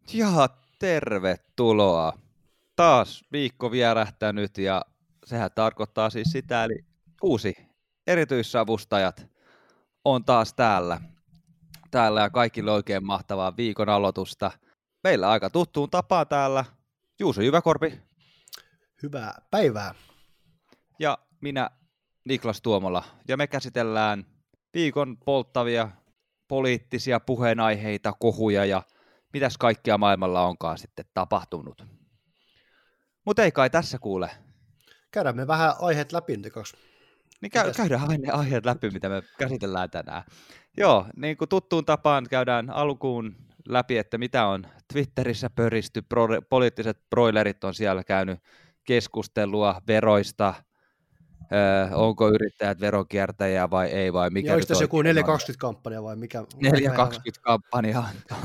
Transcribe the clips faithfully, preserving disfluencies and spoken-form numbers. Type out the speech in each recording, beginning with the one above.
Ja tervetuloa. Taas viikko vierähtänyt ja sehän tarkoittaa siis sitä, eli uusi erityissavustajat on taas täällä. Täällä ja kaikille oikein mahtavaa viikon aloitusta. Meillä aika tuttuun tapaan täällä Juuso Jyväkorpi. Hyvää päivää. Ja minä Niklas Tuomola. Ja me käsitellään viikon polttavia poliittisia puheenaiheita, kohuja ja mitäs kaikkea maailmalla onkaan sitten tapahtunut. Mutta ei kai tässä kuule. Käydään me vähän aiheet läpi nyt kaksi. Niin käy, käydään aina aiheet läpi, mitä me käsitellään tänään. Joo, niin kuin tuttuun tapaan käydään alkuun läpi, että mitä on Twitterissä pöristy. Pro, poliittiset broilerit on siellä käynyt keskustelua veroista. Öö, onko yrittäjät veronkiertäjiä vai ei, vai mikä. Ja olisi tässä joku neljä kaksikymmentä-kampanja vai mikä? neljä kaksikymmentä-kampanja.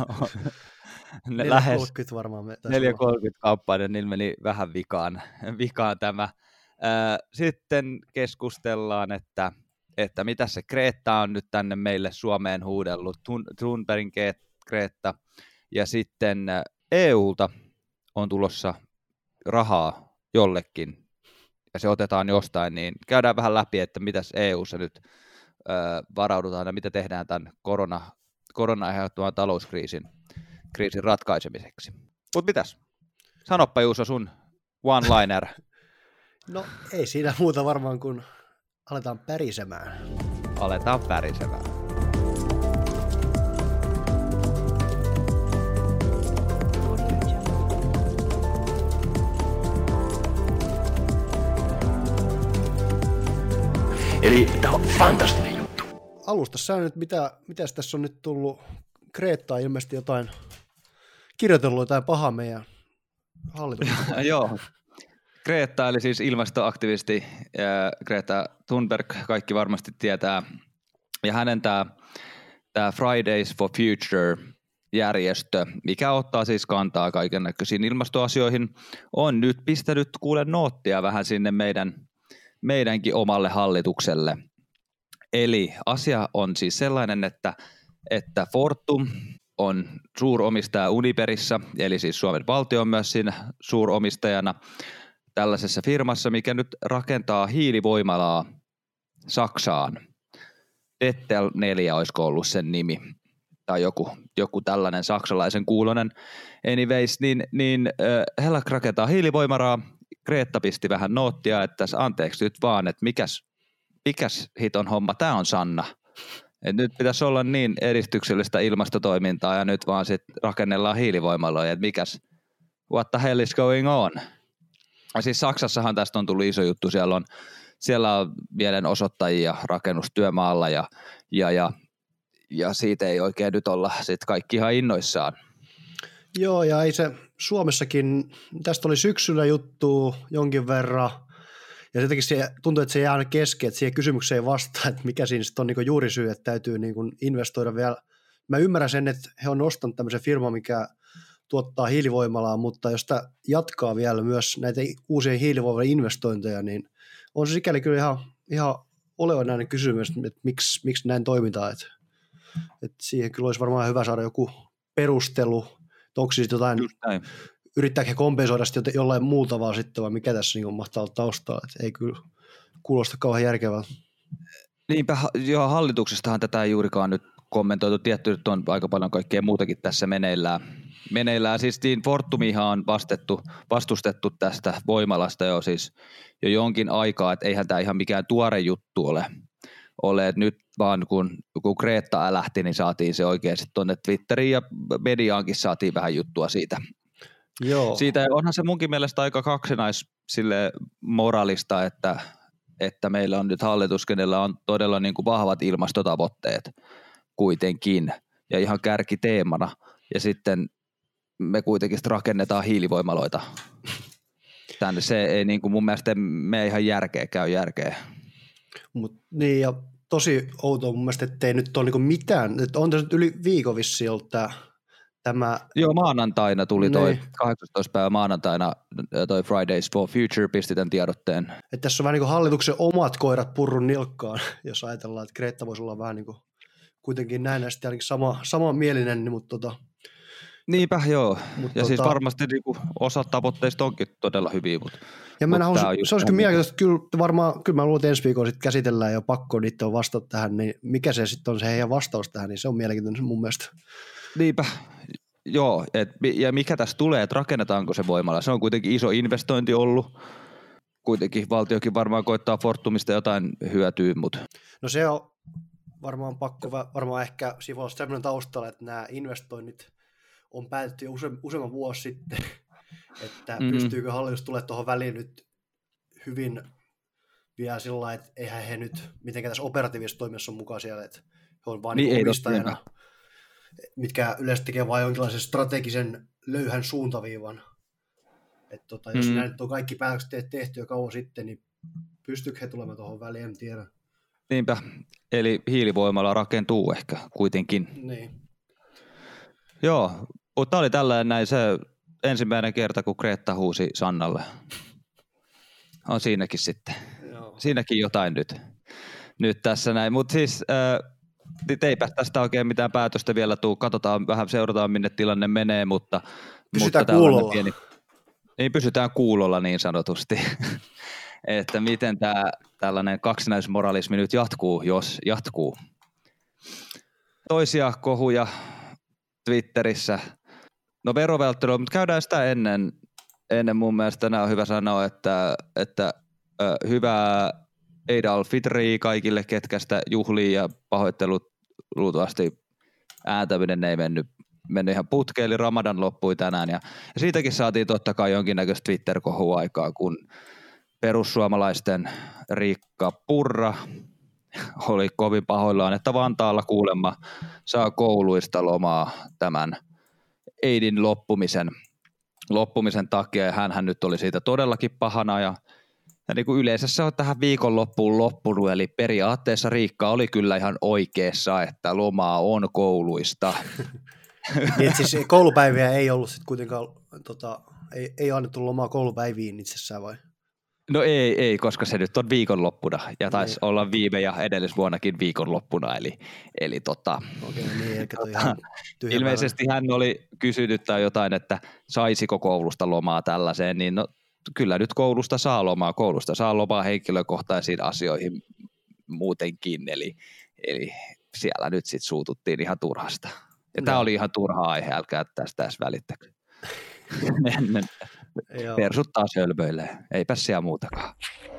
neljä kolmekymmentä varmaan. neljä kolmekymmentä-kampanja, niin meni vähän vikaan, vikaan tämä. Sitten keskustellaan, että, että mitä se Greta on nyt tänne meille Suomeen huudellut, Thunbergin Greta, ja sitten E U:lta on tulossa rahaa jollekin, ja se otetaan jostain, niin käydään vähän läpi, että mitäs E U:ssa nyt ö, varaudutaan, ja mitä tehdään tämän korona, korona aiheuttaman talouskriisin kriisin ratkaisemiseksi. Mutta mitäs? Sanoppa Juuso sun one-liner. No ei siinä muuta varmaan, kun aletaan pärisemään. Aletaan pärisemään. Eli tämä on fantastinen juttu. Alusta sä nyt, mitä, mitäs tässä on nyt tullut? Greta ilmeisesti jotain kirjoitellut jotain pahaa meidän hallituksesta. Joo. Greta, eli siis ilmastoaktivisti Greta Thunberg, kaikki varmasti tietää. Ja hänen tämä, tämä Fridays for Future-järjestö, mikä ottaa siis kantaa kaikennäköisiin ilmastoasioihin, on nyt pistänyt kuule noottia vähän sinne meidän, meidänkin omalle hallitukselle. Eli asia on siis sellainen, että, että Fortum on suuromistaja Uniperissa, eli siis Suomen valtio on myös siinä suuromistajana tällaisessa firmassa, mikä nyt rakentaa hiilivoimalaa Saksaan. Tettel neljä olisiko ollut sen nimi, tai joku, joku tällainen saksalaisen kuulonen. Anyways, niin, niin äh, he rakentaa hiilivoimalaa. Greta pisti vähän noottia, että anteeksi nyt vaan, että mikäs, mikäs hiton homma tämä on, Sanna. Et nyt pitäisi olla niin edistyksellistä ilmastotoimintaa ja nyt vaan sitten rakennellaan hiilivoimaloja, että mikäs, what the hell is going on? Ja siis Saksassahan tästä on tullut iso juttu, siellä on, siellä on mielenosoittajia rakennustyömaalla ja, ja, ja, ja siitä ei oikein nyt olla sitten kaikki ihan innoissaan. Joo, ja ei se Suomessakin, tästä oli syksyllä juttu jonkin verran, ja jotenkin se tuntuu, että se jää aina kesken, että siihen kysymykseen ei vastaa, että mikä siinä sitten on niin juurisyy, että täytyy niin investoida vielä. Mä ymmärrän sen, että he on nostanut tämmöisen firman, mikä tuottaa hiilivoimalaa, mutta jos sitä jatkaa vielä myös näitä uusia hiilivoimala-investointeja, niin on se sikäli kyllä ihan, ihan olennainen kysymys, että miksi, miksi näin toimitaan. Että, että siihen kyllä olisi varmaan hyvä saada joku perustelu, että onko siis jotain, yrittääkö he kompensoida sitten jollain muuta vaan sitten, vai mikä tässä niin mahtaa olla taustaa, että ei kyllä kuulosta kauhean järkevältä. Niinpä, joo, hallituksestahan tätä ei juurikaan nyt kommentoitu, tietty nyt on aika paljon kaikkea muutakin tässä meneillään. Meneillään siis niin Fortumihan on vastettu, vastustettu tästä voimalasta jo siis jo jonkin aikaa, että eihän tämä ihan mikään tuore juttu ole. ole että nyt vaan kun, kun Greta lähti, niin saatiin se oikein sitten tuonne Twitteriin ja mediaankin saatiin vähän juttua siitä. Joo. Siitä onhan se munkin mielestä aika kaksinais sille moraalista, että, että meillä on nyt hallitus, kenellä on todella niin kuin vahvat ilmastotavoitteet kuitenkin ja ihan kärkiteemana ja sitten me kuitenkin rakennetaan hiilivoimaloita. Tänne se ei niin kuin mun mielestä me ihan järkeä käy järkeä. Mut, niin ja tosi outoa mun mielestä, että ei nyt ole niin mitään. Että on tässä nyt yli viikon vissiin ollut tämä, tämä... Joo, maanantaina tuli toi niin. kahdeksastoista päivä maanantaina toi Fridays for Future pisti tämän tiedotteen. Että tässä on vähän niin kuin hallituksen omat koirat purrun nilkkaan, jos ajatellaan, että Greta voisi olla vähän niin kuin kuitenkin näin ja sitten sama, sama mielinen, mutta tota, Niinpä, joo. Mut ja tota... siis tota- varmasti niinku osa tavoitteista onkin todella hyviä, mutta Ja mä mut haluaisin, tää on just se olisi vähän kyllä niinku- mielenkiintoista, kyllä varmaan, kyllä mä luulen, että ensi viikolla sitten käsitellään jo pakko niitä on vastata tähän, niin mikä se sitten on se heidän vastaus tähän, niin se on mielenkiintoinen mun mielestä. Niinpä, joo. Et, ja mikä tässä tulee, että rakennetaanko se voimalla? Se on kuitenkin iso investointi ollut. Kuitenkin valtiokin varmaan koittaa Fortumista jotain hyötyä, mutta No se on varmaan pakko, varmaan ehkä sivulla sellainen taustalla, että nämä investoinnit on päätetty jo use, useamman vuosi sitten, että Mm-hmm. pystyykö hallitus tulemaan tuohon väliin nyt hyvin vielä sillä lailla, että eihän he nyt mitenkään tässä operatiivisessa toiminnassa on mukaan siellä, että he on vain Niin, niin ei omistajana, mitkä yleensä tekee vain jonkinlaisen strategisen löyhän suuntaviivan. Että tota, jos Mm. mm. näin on kaikki päätökset tehty jo kauan sitten, niin pystyykö he tulemaan tuohon väliin, en tiedä. niinpä. Eli hiilivoimalla rakentuu ehkä kuitenkin. Niin. Joo, mutta tämä oli tällainen näin se ensimmäinen kerta, kun Greta huusi Sannalle. On siinäkin sitten. Joo. Siinäkin jotain nyt, nyt tässä näin. Mutta siis äh, eipä tästä oikein mitään päätöstä vielä tuu. Katsotaan vähän, seurataan minne tilanne menee, mutta... Pysytään mutta tällainen kuulolla. Pieni, niin pysytään kuulolla niin sanotusti. Että miten tämä tällainen kaksinaismoralismi nyt jatkuu, jos jatkuu. Toisia kohuja Twitterissä. No verovälttelyä, mutta käydään sitä ennen. Ennen mun mielestä tänään on hyvä sanoa, että, että ö, hyvää Eid al-Fitria kaikille, ketkä sitä juhlii ja pahoittelut luultavasti ääntäminen ei mennyt, mennyt ihan putkeen, eli Ramadan loppui tänään. Ja, ja siitäkin saatiin totta kai jonkinnäköistä Twitter-kohua aikaa, kun perussuomalaisten Riikka Purra oli kovin pahoillaan, että Vantaalla kuulemma saa kouluista lomaa tämän Eidin loppumisen, loppumisen takia, ja hänhän nyt oli siitä todellakin pahana, ja, ja niin kuin yleensä se on tähän viikonloppuun loppunut, eli periaatteessa Riikka oli kyllä ihan oikeassa, että lomaa on kouluista. Niin, siis koulupäiviä ei ollut sitten kuitenkaan, tota, ei, ei annettu lomaa koulupäiviin itsessään vai? No ei, ei, koska se nyt on viikonloppuna, ja taisi Niin. olla viime ja edellisvuonnakin viikonloppuna, eli, eli tota, Okei, niin, eikä toi ihan tyhjä ilmeisesti hän oli kysynyt tai jotain, että saisiko koulusta lomaa tällaiseen, niin no kyllä nyt koulusta saa lomaa, koulusta saa lomaa henkilökohtaisiin asioihin muutenkin, eli, eli siellä nyt sitten suututtiin ihan turhasta. Ja No. tämä oli ihan turha aihe, älkää tästä edes välittäkö. Joo. Persut taas hölmöilee, eipä siellä muutakaan.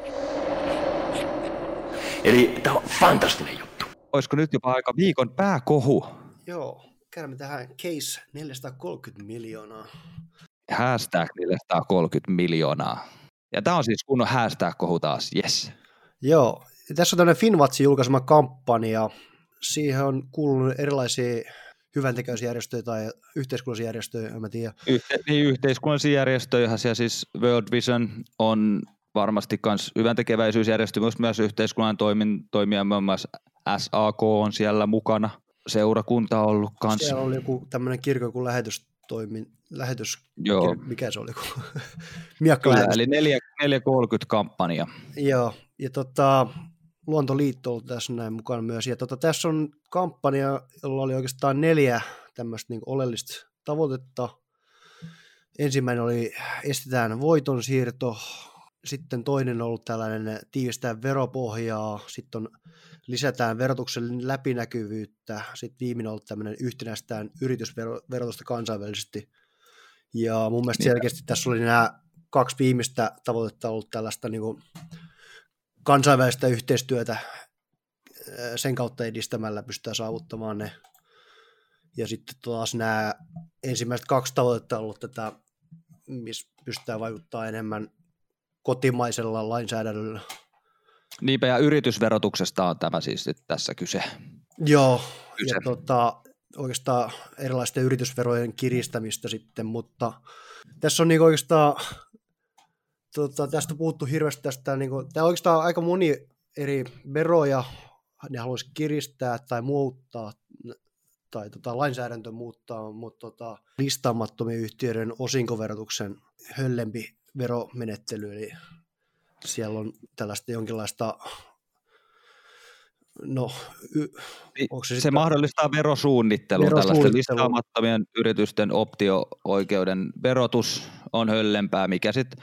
Eli tämä on fantastinen juttu. Olisiko nyt jopa aika viikon pääkohu? Joo, käymme tähän case neljäsataakolmekymmentä miljoonaa. Hashtag neljäsataakolmekymmentä miljoonaa. Ja tämä on siis kunnon hashtag-kohu taas, yes. Joo, ja tässä on tämmöinen Finwatchin julkaisema kampanja. Siihen on kuulunut erilaisia hyväntekeväisjärjestöjä tai yhteiskunnallisia järjestöjä, en mä tiedä. Yhte, niin yhteiskunnallisia järjestöjä, ja siis World Vision on varmasti myös hyväntekeväisyysjärjestö, myös, myös yhteiskunnan toimin, toimija, muun muassa S A K on siellä mukana, seurakunta on ollut kanssa. Siellä oli joku tämmöinen kirkon kuin lähetystoimin, lähetys, Joo. mikä se oli, kun Kyllä, miakkalähetys. eli neljä kolmekymmentä kampanja. Joo, ja tota, Luontoliitto on ollut tässä näin mukana myös. Ja tota, tässä on kampanja, jolla oli oikeastaan neljä tämmöistä niin oleellista tavoitetta. Ensimmäinen oli estetään voiton siirto, sitten toinen on ollut tällainen tiivistää veropohjaa, sitten on lisätään verotuksen läpinäkyvyyttä, sitten viimeinen on ollut tämmöinen yhtenäistään yritysverotusta kansainvälisesti. Ja mun mielestä selkeästi tässä oli nämä kaksi viimeistä tavoitetta ollut tällaista niin kuin kansainvälistä yhteistyötä sen kautta edistämällä pystytään saavuttamaan ne. Ja sitten taas nämä ensimmäiset kaksi tavoitetta on ollut tätä, missä pystytään vaikuttaa enemmän kotimaisella lainsäädännöllä. Niinpä, ja yritysverotuksesta on tämä siis nyt tässä kyse. Joo, Kyse. ja tota, oikeastaan erilaisten yritysverojen kiristämistä sitten, mutta tässä on niinku oikeastaan, tota, tästä on puhuttu hirveästi tästä, niinku, tämä on oikeastaan aika moni eri veroja, ne haluaisi kiristää tai muuttaa, tai tota, lainsäädäntö muuttaa, mutta tota, listaamattomien yhtiöiden osinkoverotuksen höllempi veromenettely, eli siellä on tällaista jonkinlaista No, y, onko se, se, se sitten... mahdollistaa verosuunnittelun, verosuunnittelu. tällaisten listaamattomien yritysten optio-oikeuden verotus on höllempää, mikä sitten,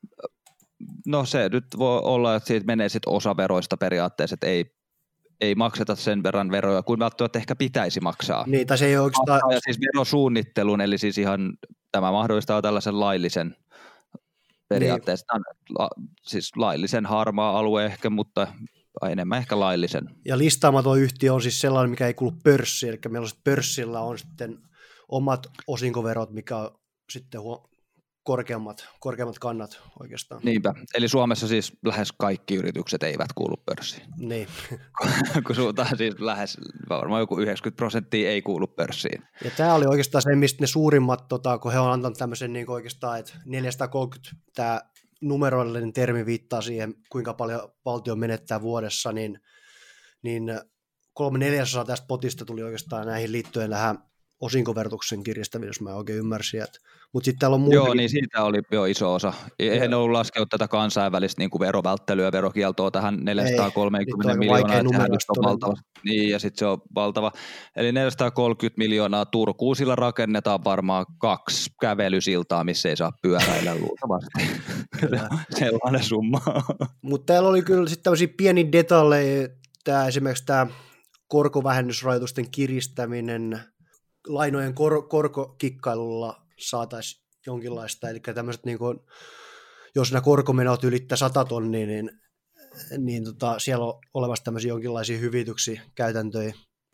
no se nyt voi olla, että siitä menee sitten osa veroista periaatteessa, että ei, ei makseta sen verran veroja kuin välttämättä ehkä pitäisi maksaa. Niin, tai se ei oikeastaan... Ja siis verosuunnittelun, eli siis ihan tämä mahdollistaa tällaisen laillisen periaatteessa, niin. la, siis laillisen harmaa alue ehkä, mutta enemmän ehkä laillisen. Ja listaamaton yhtiö on siis sellainen, mikä ei kuulu pörssiin, eli meillä on pörssillä on sitten omat osinkoverot, mikä on sitten huo- korkeammat, korkeammat kannat oikeastaan. Niinpä, eli Suomessa siis lähes kaikki yritykset eivät kuulu pörssiin. Niin. Kun suuntaan siis lähes, varmaan joku yhdeksänkymmentä prosenttia ei kuulu pörssiin. Ja tämä oli oikeastaan se, mistä ne suurimmat, tota, kun he on antanut tämmöisen niin oikeastaan, että neljäsataakolmekymmentä tämä numeroillinen termi viittaa siihen, kuinka paljon valtio menettää vuodessa, niin, niin kolme neljäsosaa tästä potista tuli oikeastaan näihin liittyen tähän osinkoverotuksen kiristäminen, jos mä oikein ymmärsin. Mutta sitten täällä on muutakin. Joo, niin siitä oli jo iso osa. Eihän ollut laskenut tätä kansainvälistä niin kuin verovälttelyä ja verokieltoa tähän neljäsataakolmekymmentä miljoonaa. On valtava. Niin, ja sitten se on valtava. Eli neljäsataakolmekymmentä miljoonaa Turkuusilla rakennetaan varmaan kaksi kävelysiltaa, missä ei saa pyöräillä luultavasti. Sellainen summa. Mutta täällä oli kyllä sitten tämmöisiä pieniä detaljeja, tää, esimerkiksi tämä korkovähennysrajoitusten kiristäminen, lainojen kor- korkokikkailulla saataisiin jonkinlaista, eli tämmöiset, niin kuin, jos nämä korkomenot ylittää sata tonnia, niin, niin tota, siellä on olemassa tämmöisiä jonkinlaisia hyvityksiä, käytäntöjä,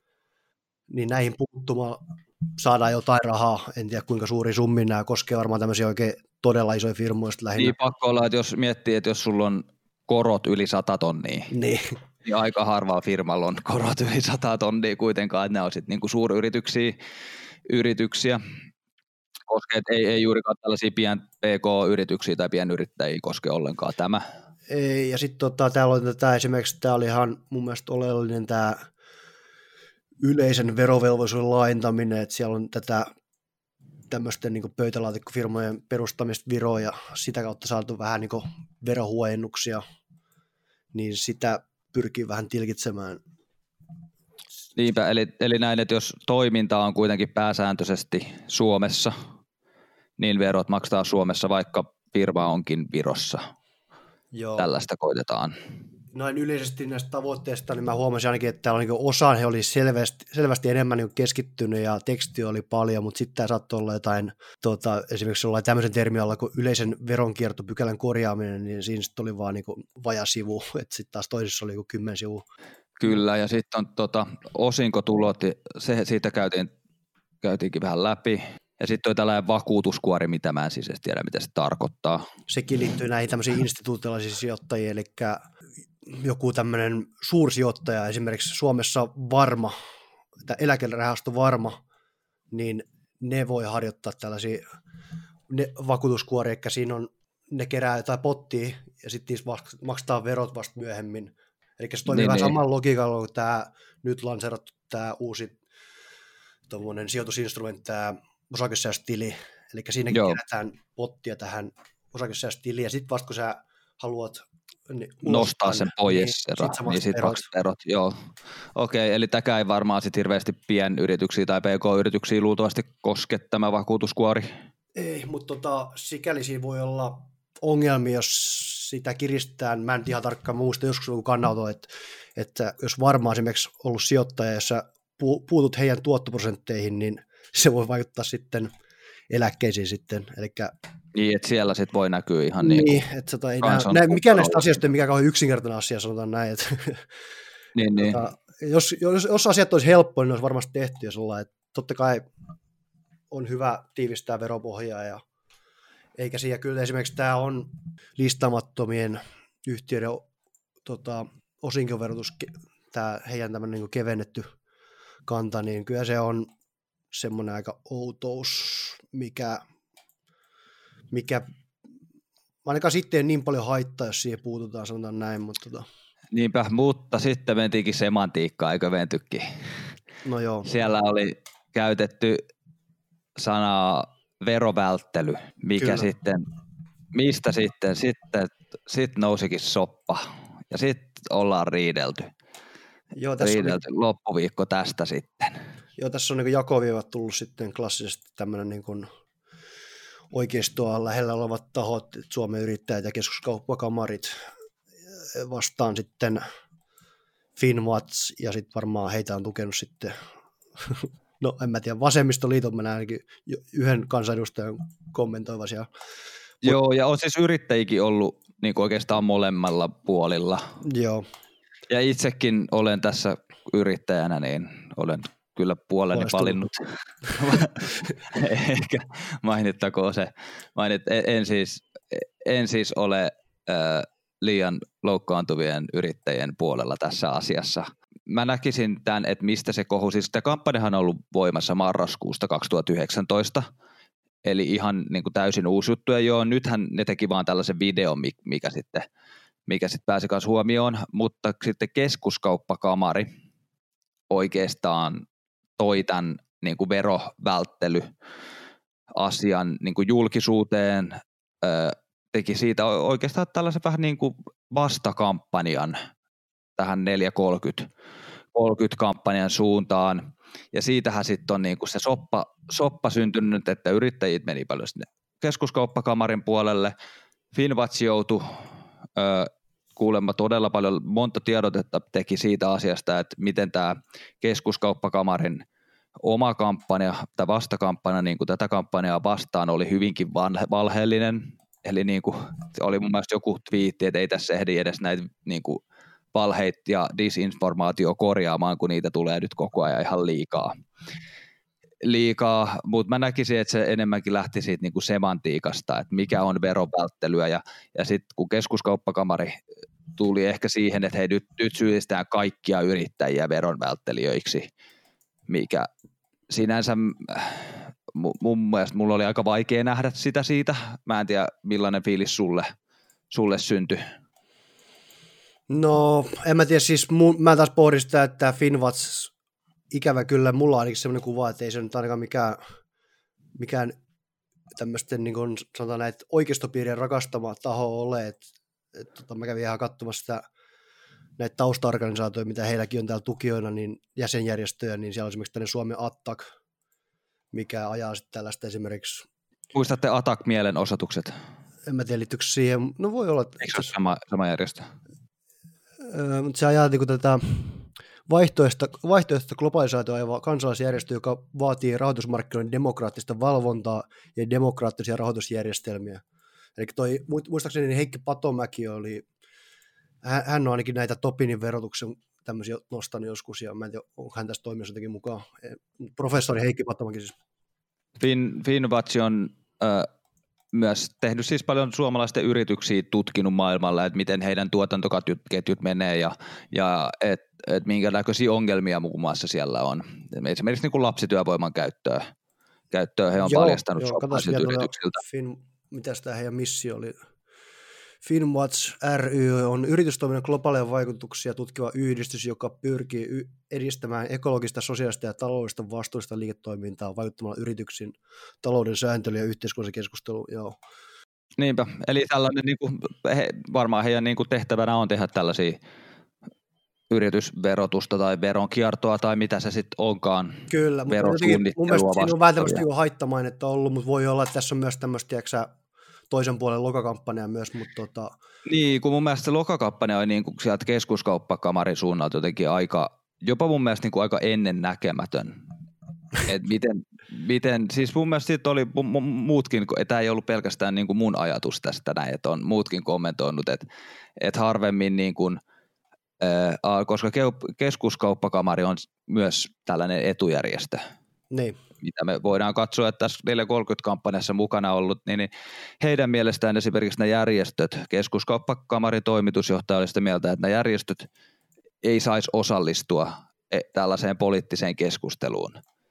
niin näihin puuttumaan saadaan jotain rahaa, en tiedä kuinka suuri summi nämä koskee varmaan tämmöisiä oikein todella isoja firmoja lähinnä. Niin pakko olla, että jos miettii, että jos sulla on korot yli sata tonnia, niin. niin aika harvaa firmalla on korot yli sata tonnia kuitenkaan, että ne on sitten niinku suuryrityksiä, yrityksiä, koska ei, ei juurikaan tällaisia pien P K-yrityksiä tai pienyrittäjiä koske ollenkaan tämä. Ei, ja sitten tota, täällä on tätä esimerkiksi, tämä oli ihan mun mielestä oleellinen tämä yleisen verovelvollisuuden laajentaminen, että siellä on tätä tämmöisten niin pöytälaatikkofirmojen perustamista Viroon ja sitä kautta saatu vähän niin verohuojennuksia, niin sitä pyrkii vähän tilkitsemään. Niinpä, eli, eli näin, että jos toiminta on kuitenkin pääsääntöisesti Suomessa, niin verot maksetaan Suomessa, vaikka firma onkin Virossa. Joo. Tällaista koitetaan. Noin yleisesti näistä tavoitteista, niin mä huomasin ainakin, että täällä niin osaan he oli selvästi, selvästi enemmän niin keskittynyt ja teksti oli paljon, mutta sitten tämä saattoi olla jotain, tota, esimerkiksi jollain tämmöisen termin alla kuin yleisen veronkiertopykälän korjaaminen, niin siinä sitten oli vaan niin vaja sivu, että sitten taas toisessa oli niin kymmen sivu. Kyllä, ja sitten on tota, osinkotulot, se, siitä käytiin, käytiinkin vähän läpi. Ja sitten on tällainen vakuutuskuori, mitä mä en siis edes tiedä, mitä se tarkoittaa. Sekin liittyy näihin tämmöisiin instituutiolaisiin sijoittajiin, eli joku tämmöinen suursijoittaja, esimerkiksi Suomessa Varma, tämä eläkerahasto Varma, niin ne voi harjoittaa tällaisia ne vakuutuskuoria, eli siinä on, ne kerää jotain pottia, ja sitten niissä maksetaan verot vasta myöhemmin. Eli se toimii niin, vähän niin. Saman logiikalla kuin tämä nyt lanseerattu tämä uusi tuommoinen sijoitusinstrumentti, tämä osakesäästötili, eli siinäkin Joo. kerätään pottia tähän osakesäästötiliin, ja sitten vasta kun sä haluat niin, nostaa sen pois, niin sitten niin sit maksat erot. Joo. Okei, eli tämäkään ei varmaan sit hirveästi pienyrityksiä tai P K-yrityksiä luultavasti koske tämä vakuutuskuori. Ei, mutta tota, sikäli siinä voi olla ongelmia, jos sitä kiristetään. Mä en ihan tarkkaan muista, joskus joku kannauto, että, että jos varmaan esimerkiksi ollut sijoittaja, jos sä puutut heidän tuottoprosentteihin, niin se voi vaikuttaa sitten eläkkeisiin sitten. Elikkä, niin, että siellä sitten voi näkyä ihan niin, niin että sota, ei nää, nää, mikään näistä asioista ei mikään kauhean yksinkertainen asia, sanotaan näin. Että, niin, niin. Tota, jos, jos, jos asiat olisi helppoa, niin olisi varmasti tehty, ja sellainen, että totta kai on hyvä tiivistää veropohjaa, ja eikä siinä kyllä esimerkiksi tämä on listaamattomien yhtiöiden tota, osinkoverotus, tämä heidän tämmöinen niin kevennetty kanta, niin kyllä se on semmoinen aika outous, mikä, mikä ainakaan sitten ei niin paljon haittaa, jos siihen puututaan, sanotaan näin. Mutta tota. Niinpä, mutta sitten mentiinkin semantiikkaan, eikö mentykin? No joo. Siellä oli käytetty sanaa verovälttely, mikä Kyllä. sitten, mistä sitten, sitten sit nousikin soppa ja sitten ollaan riidelty. Joo, tässä on, loppuviikko tästä sitten. Joo, tässä on niin jakoviivat tullut sitten klassisesti tämmöinen niin oikeistoa lähellä olevat tahot, Suomen yrittäjät ja keskuskauppakamarit vastaan sitten Finwatch, ja sitten varmaan heitä on tukenut sitten, no en mä tiedä, vasemmistoliiton, mä näen ainakin yhden kansanedustajan kommentoiva siellä. Joo, ja on siis yrittäjikin ollut niin oikeastaan molemmalla puolilla. Joo. Ja itsekin olen tässä yrittäjänä, niin olen kyllä puoleni valinnut. Ehkä mainittakoon se. Mainit, en, siis, en siis ole äh, liian loukkaantuvien yrittäjien puolella tässä asiassa. Mä näkisin tämän, että mistä se kohu. Siis tämä kampanjahan on ollut voimassa marraskuusta kaksituhattayhdeksäntoista, eli ihan niin kuin täysin uusi juttu. Ja joo, nythän ne teki vaan tällaisen videon, mikä sitten, mikä sitten pääsi kanssa huomioon, mutta sitten keskuskauppakamari oikeastaan toi tämän niin kuin verovälttelyasian niin kuin julkisuuteen, ö, teki siitä oikeastaan tällaisen vähän niin kuin vastakampanjan tähän neljä kolmekymmentä kampanjan suuntaan, ja siitähän sitten on niin kuin se soppa, soppa syntynyt, että yrittäjät meni paljon sinne keskuskauppakamarin puolelle, Finwatch joutui ö, kuulemma todella paljon, monta tiedotetta teki siitä asiasta, että miten tämä keskuskauppakamarin oma kampanja tai vastakampanja niin kuin tätä kampanjaa vastaan oli hyvinkin valheellinen. Eli niin kuin, oli mun mielestä joku twiitti, että ei tässä ehdi edes näitä niin kuin valheita ja disinformaatio korjaamaan, kun niitä tulee nyt koko ajan ihan liikaa. liikaa, mutta mä näkisin, että se enemmänkin lähti siitä niin kuin semantiikasta, että mikä on verovälttelyä, ja, ja sitten kun keskuskauppakamari tuli ehkä siihen, että hei, nyt, nyt syyllistetään kaikkia yrittäjiä veronvälttelijöiksi, mikä sinänsä mun mielestä mulla oli aika vaikea nähdä sitä siitä. Mä en tiedä, millainen fiilis sulle, sulle syntyi. No, en mä tiedä, siis mun, mä taas pohdin sitä, että Finwatch, ikävä kyllä, mulla on ainakin sellainen kuva, että ei se nyt ainakaan mikään, mikään tämmöisten, niin kuin sanotaan näitä oikeistopiirien rakastama taho ole, että et, tota, mä kävin ihan katsomassa sitä, näitä tausta-organisaatioita, mitä heilläkin on täällä tukijoina, niin jäsenjärjestöjä, niin siellä on esimerkiksi tänne Suomen Attack, mikä ajaa sitten tällaista esimerkiksi. Muistatte Attack-mielenosoitukset? En mä tiedä, liittyykö siihen, no voi olla. Eikö se ole sama, sama järjestö? Öö, mutta se ajaa niin kuin tätä vaihtoehtoista, vaihtoehtoista globalisaatioa ajava kansalaisjärjestö, joka vaatii rahoitusmarkkinoiden demokraattista valvontaa ja demokraattisia rahoitusjärjestelmiä. Eli toi, muistaakseni Heikki Patomäki oli, hän on ainakin näitä Topinin verotuksen tämmöisiä nostanut joskus, ja mä en tiedä, onko hän tässä toiminnassa jotenkin mukaan. Professori Heikki Patomäki siis. Fin, Finwatch on äh, myös tehnyt siis paljon suomalaisten yrityksiä tutkinut maailmalla, että miten heidän tuotantoketjut menee, ja, ja että et minkä näköisiä ongelmia muun muassa siellä on. Esimerkiksi niin kuin lapsityövoiman käyttöä, käyttöä he on joo, paljastanut joo, suomalaisilta yrityksiltä. Fin, mitäs tämä heidän missio oli? Finwatch ry on yritystoiminnan globaaleja vaikutuksia tutkiva yhdistys, joka pyrkii y- edistämään ekologista, sosiaalista ja taloudellista vastuullista liiketoimintaa vaikuttamalla yrityksin talouden sääntelyä ja yhteiskunnallisen keskustelun. Joo. Niinpä, eli tällainen, niin kuin, he, varmaan heidän niin kuin tehtävänä on tehdä tällaisia yritysverotusta tai veronkiertoa tai mitä se sitten onkaan. Kyllä, mutta mun mielestä siinä on vähän tämmöistä haittamainetta ollut, mutta voi olla, että tässä on myös tämmöistä, tiedätkö, toisen puolen lokakampanja myös, mutta tota. Niin, kun mun mielestä se lokakampanja oli niin kuin sieltä keskuskauppakamarin suunnalta jotenkin aika, jopa mun mielestä niin kuin aika ennennäkemätön. Et miten, miten, siis mun mielestä siitä oli muutkin, tämä ei ollut pelkästään niin kuin mun ajatus tästä näin, että on muutkin kommentoinut, että, että harvemmin niin kuin, äh, koska keskuskauppakamari on myös tällainen etujärjestö. Niin. Mitä me voidaan katsoa, että tässä neljä kolmekymmentä-kampanjassa mukana ollut, niin heidän mielestään esimerkiksi nämä järjestöt, keskuskauppakamarin toimitusjohtaja oli sitä mieltä, että nämä järjestöt ei saisi osallistua tällaiseen poliittiseen keskusteluun.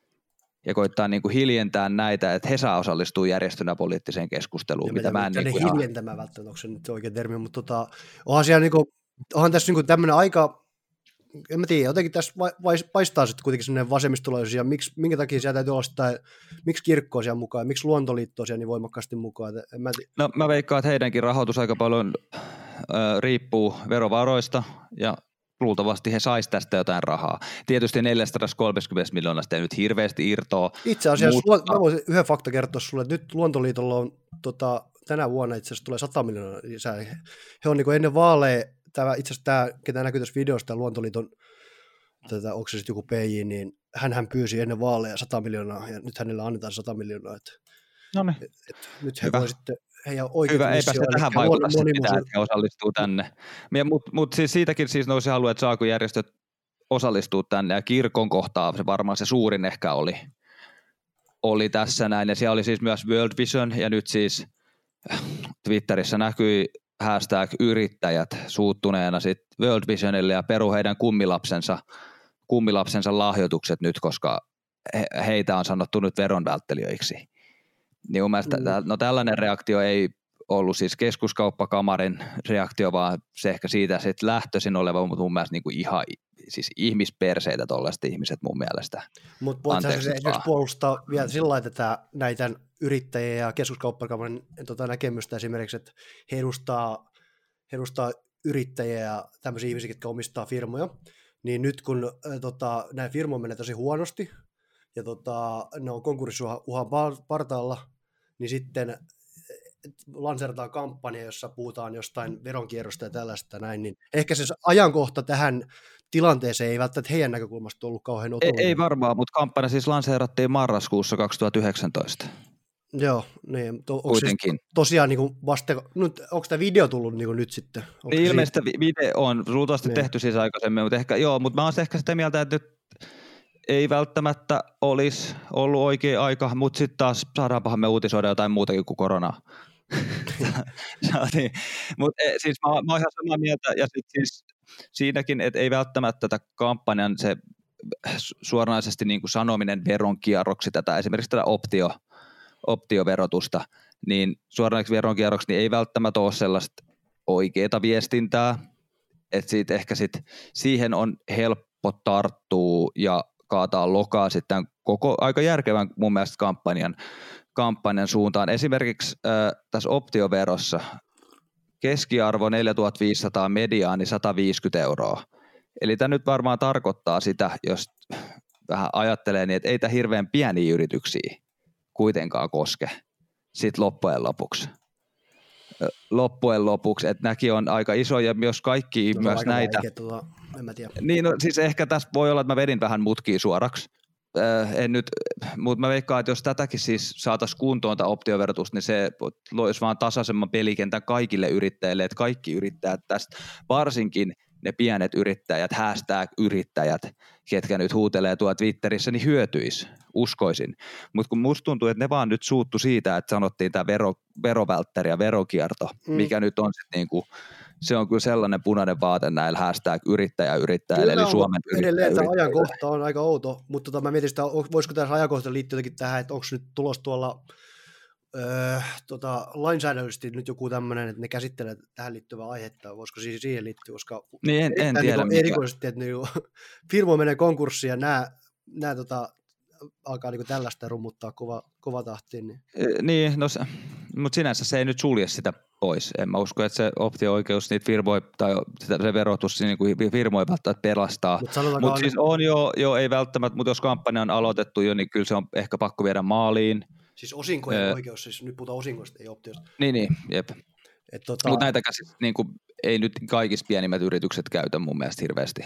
Ja koittaa niin kuin hiljentää näitä, että he saa osallistua järjestönä poliittiseen keskusteluun. Ja mitä mä en niin kuin hiljentämään ihan välttämättä, onko se nyt oikea termi, mutta tota, onhan, siellä niin kuin, onhan tässä niin kuin tämmöinen aika, en mä tiedä, jotenkin tässä paistaa sitten kuitenkin sellainen vasemmistolaisuus, ja miksi, minkä takia siellä täytyy olla sitä, miksi kirkko on siellä mukaan, miksi luontoliitto on siellä niin voimakkaasti mukaan. En mä no mä veikkaan, että heidänkin rahoitus aika paljon äh, riippuu verovaroista, ja luultavasti he sais tästä jotain rahaa. Tietysti neljäsataakolmekymmentä miljoonasta ei nyt hirveästi irtoa. Itse asiassa mutta... mä voisin yhden fakta kertoa sulle, että nyt Luontoliitolla on tota, tänä vuonna itse asiassa tulee sata miljoonaa lisää. He on niin kuin ennen vaaleja, tämä, itse asiassa tämä, ketä näkyy tässä videossa, tämä Luontoliiton, tätä, onko se sitten joku P J, niin hän pyysi ennen vaaleja sata miljoonaa, ja nyt hänellä annetaan sata miljoonaa. Että, Noniin. et, et, nyt he voi sitten heidän oikein hyvä, eipä se tähän vaikuta sitten mitään, että he osallistuu tänne. Mutta mut siis siitäkin siis nousi halua, että saako järjestöt osallistua tänne, ja kirkon kohtaa se varmaan se suurin ehkä oli, oli tässä näin, ja siellä oli siis myös World Vision, ja nyt siis Twitterissä näkyi hashtag yrittäjät suuttuneena sitten World Visionille ja peru heidän kummilapsensa, kummilapsensa lahjoitukset nyt, koska he, heitä on sanottu nyt veronvälttelijöiksi. Niin mun mielestä, mm. no tällainen reaktio ei ollut siis keskuskauppakamarin reaktio, vaan se ehkä siitä sitten lähtöisin oleva, mutta mun mielestä niin kuin ihan siis ihmisperseitä tollaiset ihmiset mun mielestä. Mutta voitko se esimerkiksi puolustaa vielä sillä lailla tätä näitä yrittäjiä ja keskuskauppakamarin tota, näkemystä esimerkiksi, että he edustaa, he edustaa yrittäjiä ja tämmöisiä ihmisiä, jotka omistaa firmoja, niin nyt kun äh, tota, nämä firmoja menee tosi huonosti ja tota, ne on konkurssiuhan partaalla, niin sitten lanseerataan kampanja, jossa puhutaan jostain veronkierrosta ja tällaista näin, niin ehkä se ajankohta tähän tilanteeseen ei välttämättä heidän näkökulmasta ollut kauhean otollinen. Ei, ei varmaan, mutta kampanja siis lanseerattiin marraskuussa kaksituhattayhdeksäntoista. Joo, niin. To, onko siis tosiaan niin vasta, nyt, onko tämä video tullut niin nyt sitten? Onko ilmeisesti siitä? Video on luultavasti niin tehty siis aikaisemmin, mutta ehkä, joo, mutta mä oon ehkä sitä mieltä, että nyt ei välttämättä olisi ollut oikea aika, mutta sitten taas saadaanpahan me uutisoida jotain muutakin kuin koronaa. niin. Mutta siis mä, mä oon ihan samaa mieltä, ja sit siis siinäkin, että ei välttämättä tätä kampanjan se suoranaisesti niin kuin sanominen veronkierroksi, tätä esimerkiksi tätä optio, optioverotusta, niin suoranaisesti veronkierroksi niin ei välttämättä ole sellaista oikeaa viestintää, että siitä ehkä sit siihen on helppo tarttua ja kaataa lokaa sitten koko aika järkevän mun mielestä kampanjan, kampanjan suuntaan. Esimerkiksi äh, tässä optioverossa keskiarvo neljätuhattaviisisataa, mediaani sata viisikymmentä euroa. Eli tämä nyt varmaan tarkoittaa sitä, jos vähän ajattelee, niin että ei tämä hirveän pieniä yrityksiä kuitenkaan koske sitten loppujen lopuksi. Loppujen lopuksi, että nämäkin on aika isoja, myös kaikki no, myös näitä. Vaikea, tuota, en mä tiedä. Niin, no, siis ehkä tässä voi olla, että mä vedin vähän mutkia suoraksi. Äh, en nyt, mutta mä veikkaan, että jos tätäkin siis saataisiin kuntoon tämä optioverotus, niin se loisi vaan tasaisemman pelikentän kaikille yrittäjille, että kaikki yrittäjät tästä, varsinkin ne pienet yrittäjät, hashtag yrittäjät, ketkä nyt huutelee tuolla Twitterissä, niin hyötyisi, uskoisin. Mutta kun musta tuntuu, että ne vaan nyt suuttu siitä, että sanottiin tämä vero, verovältteri ja verokierto, mm. mikä nyt on sitten niinku, se on kyllä sellainen punainen vaate näillä hashtag yrittäjä yrittäjille, eli Suomen yrittäjä. Edelleen tämä ajankohta on aika outo, mutta tota, mä mietin sitä, voisiko tässä ajankohta liittyä jotenkin tähän, että onko nyt tulossa tuolla Öö, tota, lainsäädännöllisesti nyt joku tämmöinen, että ne käsittelee tähän liittyvää aihetta, voisiko siis siihen liittyä, koska niin en, en tiedä, niin erikoisesti, että niin firma menee konkurssiin ja nämä, nämä tota, alkaa niin tällaista rummuttaa kova, kova tahtiin. Niin, e, niin no se, mutta sinänsä se ei nyt sulje sitä pois. En mä usko, että se optio-oikeus niitä firmoja tai se verotus niin kuin firmoja välttämättä pelastaa. Mutta Mut siis on jo, jo, ei välttämättä, mutta jos kampanja on aloitettu jo, niin kyllä se on ehkä pakko viedä maaliin. Siis osinkojen öö, oikeus, siis nyt puhutaan osingoista, ei optiosta. Niin, niin, jep. Tota... Mutta näitä siis, niin kuin, ei nyt kaikissa pienimmät yritykset käytä mun mielestä hirveästi.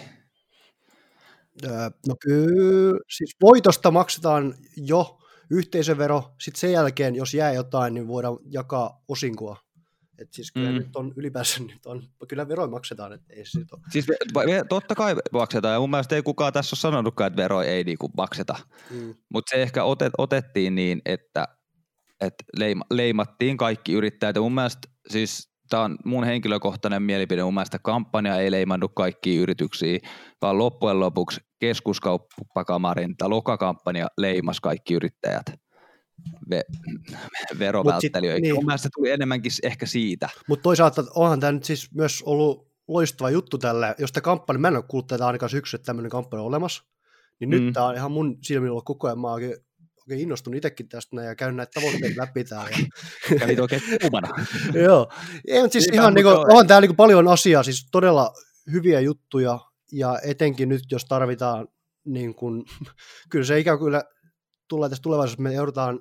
Öö, no kyllä, siis voitosta maksetaan jo yhteisövero, sitten sen jälkeen, jos jää jotain, niin voidaan jakaa osinkoa. Et siis kyllä mm. nyt on ylipäänsä, nyt on, kyllä veroja maksetaan, että ei se ole. Siis totta kai maksetaan, ja mun mielestä ei kukaan tässä ole sanonutkaan, että veroja ei niinku makseta. Mm. Mutta se ehkä otet, otettiin niin, että, että leima, leimattiin kaikki yrittäjät, ja mun mielestä siis tämä on mun henkilökohtainen mielipide, mun mielestä kampanja ei leimannut kaikkia yrityksiä, vaan loppujen lopuksi keskuskauppakamarin tai lokakampanja leimasi kaikki yrittäjät. Ve- verovälttelijöitä. Niin. Mun mielestä tuli enemmänkin ehkä siitä. Mutta toisaalta onhan tämä nyt siis myös ollut loistava juttu tällä, jos tämä kampanja, mä en ole kuullut tätä ainakaan syksyllä, että tämmöinen kampanja on olemassa, niin mm. nyt tämä on ihan mun silmillä ollut koko ajan, mä oon oikein, oikein innostunut itsekin tästä näin, ja käyn näitä tavoitteita läpi täällä. Kävit oikein kuumana. Joo, ei, mutta siis Niinpä, ihan niin kuin, on täällä niin paljon asiaa, siis todella hyviä juttuja, ja etenkin nyt, jos tarvitaan, niin kun, kyllä se ikään kuin tulee tässä tulevaisuudessa, me joudutaan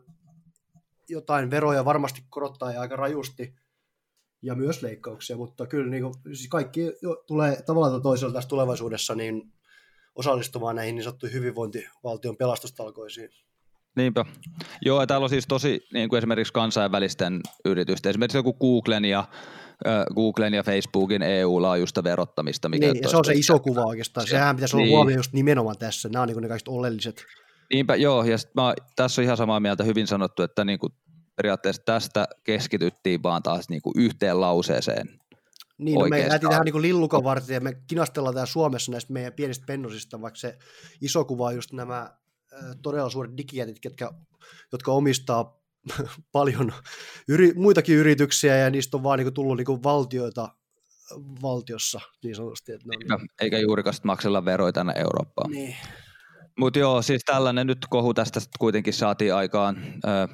jotain veroja varmasti korottaa ja aika rajusti, ja myös leikkauksia, mutta kyllä niin kuin, siis kaikki tulee tavallaan tai toisella tässä tulevaisuudessa niin osallistumaan näihin niin sanottuihin hyvinvointivaltion pelastustalkoisiin. Niinpä. Joo, täällä on siis tosi niin kuin esimerkiksi kansainvälisten yritysten, esimerkiksi joku Googlen ja, äh, Googlen ja Facebookin E U-laajuista verottamista. Mikä niin, se on se iso kuva oikeastaan. Sehän pitäisi olla niin. huomioon just nimenomaan tässä. Nämä on niin ne kaikista oleelliset. Niinpä, joo, ja mä, tässä on ihan samaa mieltä, hyvin sanottu, että niin kuin periaatteessa tästä keskityttiin vaan taas niin kuin yhteen lauseeseen. Niin, no me lähtiin tähän niin lillukan varten ja me kinastellaan täällä Suomessa näistä meidän pienistä pennosista, vaikka se iso kuva on just nämä äh, todella suuret digijätit, jotka, jotka omistaa paljon yri, muitakin yrityksiä ja niistä on vaan niin tullut niin valtioita valtiossa niin sanotusti. Että Eikä, niin. eikä juurikaan maksella veroja tänne Eurooppaan. Niin. Mutta joo, siis tällainen nyt kohu tästä kuitenkin saatiin aikaan. Ö,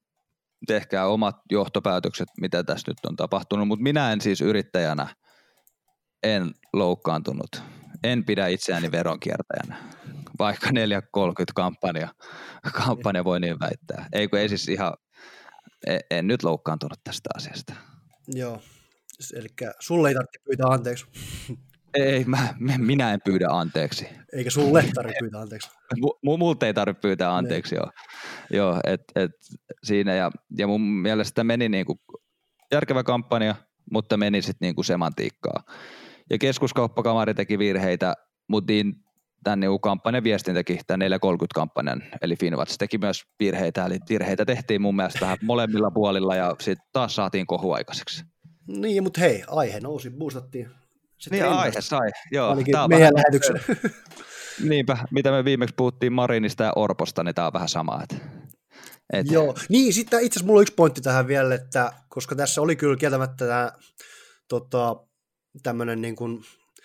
tehkää omat johtopäätökset, mitä tässä nyt on tapahtunut, mutta minä en siis yrittäjänä en loukkaantunut. En pidä itseäni veronkiertäjänä, vaikka neljä kolmekymmentä kampanja, kampanja voi niin väittää. Ei kun ei siis ihan, en, en nyt loukkaantunut tästä asiasta. Joo, eli sulle ei tarvitse pyytää anteeksi. Ei, mä, minä en pyydä anteeksi. Eikä sulle tarvitse pyytää anteeksi. M- multa ei tarvitse pyytää anteeksi, joo. joo et, et siinä ja, ja mun mielestä meni niinku järkevä kampanja, mutta meni sitten niinku semantiikkaa. Ja keskuskauppakamari teki virheitä, mutta niin, tämän niinku kampanjan viestintäkin, tämän neljä kolmekymmentä kampanjan, eli Finnwatch teki myös virheitä, eli virheitä tehtiin mun mielestä vähän molemmilla puolilla ja sitten taas saatiin kohu aikaiseksi. Niin, mutta hei, aihe nousi, boostattiin. Niin aihe sai, joo. Ainakin meidän lähetyksen. Niinpä, mitä me viimeksi puhuttiin Marinista ja Orposta, niin tämä on vähän sama. Et, et. Joo, niin sitten itse asiassa mulla on yksi pointti tähän vielä, että koska tässä oli kyllä kieltämättä tämä tota, tämmöinen niin kuin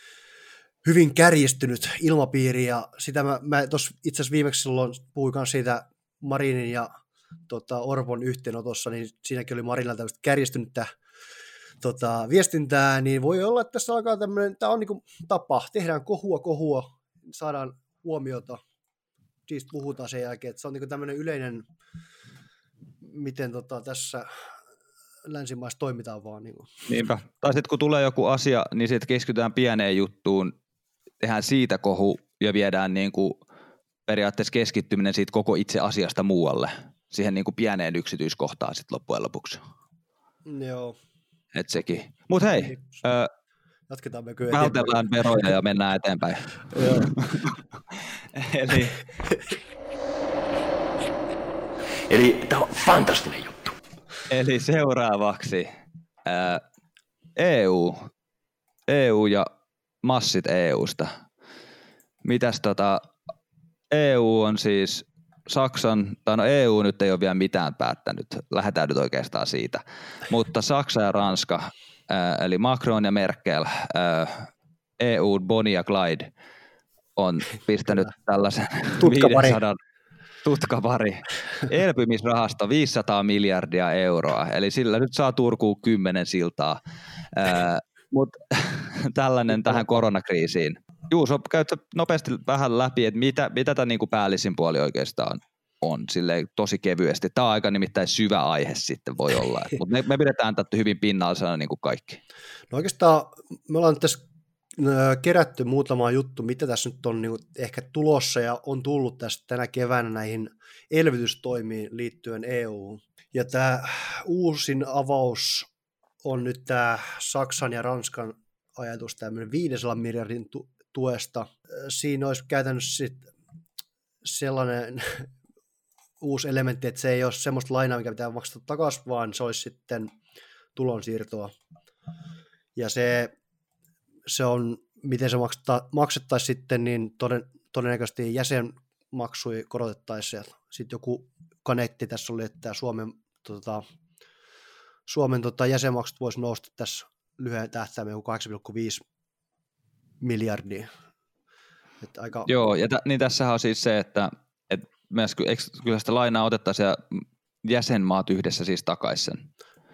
hyvin kärjistynyt ilmapiiri, ja sitä mä, mä tuossa itse asiassa viimeksi silloin puhuin myös siitä Marinin ja tota, Orpon yhteenotossa, niin siinäkin oli Marinilla tämmöistä kärjistynyttä Tota, viestintää, niin voi olla, että tässä alkaa tämmöinen, tämä on niin kuin tapa, tehdään kohua, kohua, saadaan huomiota, siis puhutaan sen jälkeen, että se on niin kuin tämmöinen yleinen, miten tota, tässä länsimaissa toimitaan vaan. Niin kuin. Niinpä, tai sitten kun tulee joku asia, niin sitten keskitytään pieneen juttuun, tehdään siitä kohu ja viedään niin kuin periaatteessa keskittyminen siitä koko itse asiasta muualle, siihen niin kuin pieneen yksityiskohtaan sitten loppujen lopuksi. Joo. Et sekin. Mut hei, jatketaan me kyllä vältellään veroja ja mennään eteenpäin. Eli Eli tämä on fantastinen juttu. Eli seuraavaksi ää, E U, E U ja massit E Usta. Mitäs tota, E U on siis Saksan, tai no E U nyt ei ole vielä mitään päättänyt, lähdetään nyt oikeastaan siitä, mutta Saksa ja Ranska, ää, eli Macron ja Merkel, ää, E U, Bonnie ja Clyde on pistänyt tällaisen viisisataa tutkapari elpymisrahasto viisisataa miljardia euroa, eli sillä nyt saa Turkuun kymmenen siltaa, ää, mutta tällainen tähän koronakriisiin. Juuso, käytkö nopeasti vähän läpi, että mitä, mitä tämä niinku päällisin puoli oikeastaan on, silleen tosi kevyesti. Tämä on aika nimittäin syvä aihe sitten voi olla, mutta me, me pidetään tätä hyvin pinnallisena niin kuin kaikki. No oikeastaan me ollaan tässä kerätty muutama juttu, mitä tässä nyt on niin kuin ehkä tulossa ja on tullut tästä tänä keväänä näihin elvytystoimiin liittyen E U:hun. Ja tämä uusin avaus on nyt tämä Saksan ja Ranskan ajatus tämmöinen viisisataa miljardin tu- tuesta. Siinä olisi käytännössä sit sellainen uusi elementti, että se ei ole semmoista lainaa, mikä pitää maksata takaisin, vaan se olisi sitten tulonsiirtoa. Ja se, se on, miten se maksettaisiin sitten, niin toden, todennäköisesti jäsenmaksuja korotettaisiin. Sitten joku kanetti tässä oli, että Suomen, tota, Suomen tota, jäsenmaksut voisi nousta tässä lyhyen tähtäimen joku kahdeksan pilkku viisi miljardia. Että aika... Joo, ja t- niin tässähän on siis se, että et myös ky- kyllä sitä lainaa otettaisiin ja jäsenmaat yhdessä siis takaisin sen.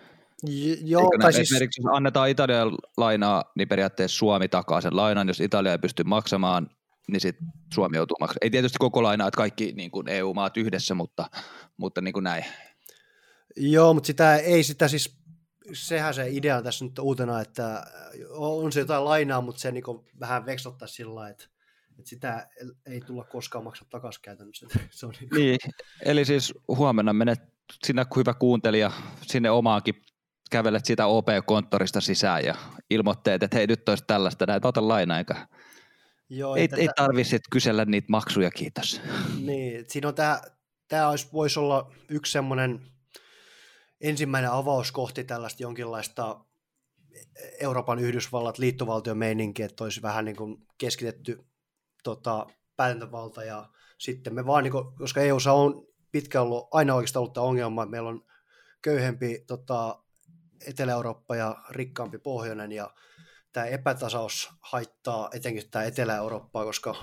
J- joo, Eikö tai näin? siis, Esimerkiksi jos annetaan Italian lainaa, niin periaatteessa Suomi takaa sen lainan. Jos Italia ei pysty maksamaan, niin sitten Suomi joutuu maksamaan. Ei tietysti koko lainaa, että kaikki niin kuin E U-maat yhdessä, mutta, mutta niin kuin näin. joo, mutta sitä ei sitä siis, sehän se idea on tässä nyt uutena, että on se jotain lainaa, mutta se niin vähän vekslottaa sillä lailla, että, että sitä ei tulla koskaan maksaa takaisin käytännössä. Se on niin kuin... Niin, eli siis huomenna menet sinä hyvä kuuntelija sinne omaankin, kävelet sitä O P-konttorista sisään ja ilmoitteet, että hei nyt olisi tällaista, näin ota lainaa, eikä Joo, ei, että ei tä- tarvitse kysellä niitä maksuja, kiitos. Niin, siinä on tämä, tämä olisi, voisi olla yksi semmoinen ensimmäinen avaus kohti tällaista jonkinlaista Euroopan Yhdysvallat liittovaltion meininkiä, että olisi vähän niin kuin keskitetty tota, päätäntävalta ja sitten me vaan, niin kuin, koska E U:ssa on pitkään ollut, aina oikeastaan ollut tämä ongelma, että meillä on köyhempi tota, Etelä-Eurooppa ja rikkaampi pohjoinen ja tämä epätasaus haittaa etenkin tämä Etelä-Eurooppaa, koska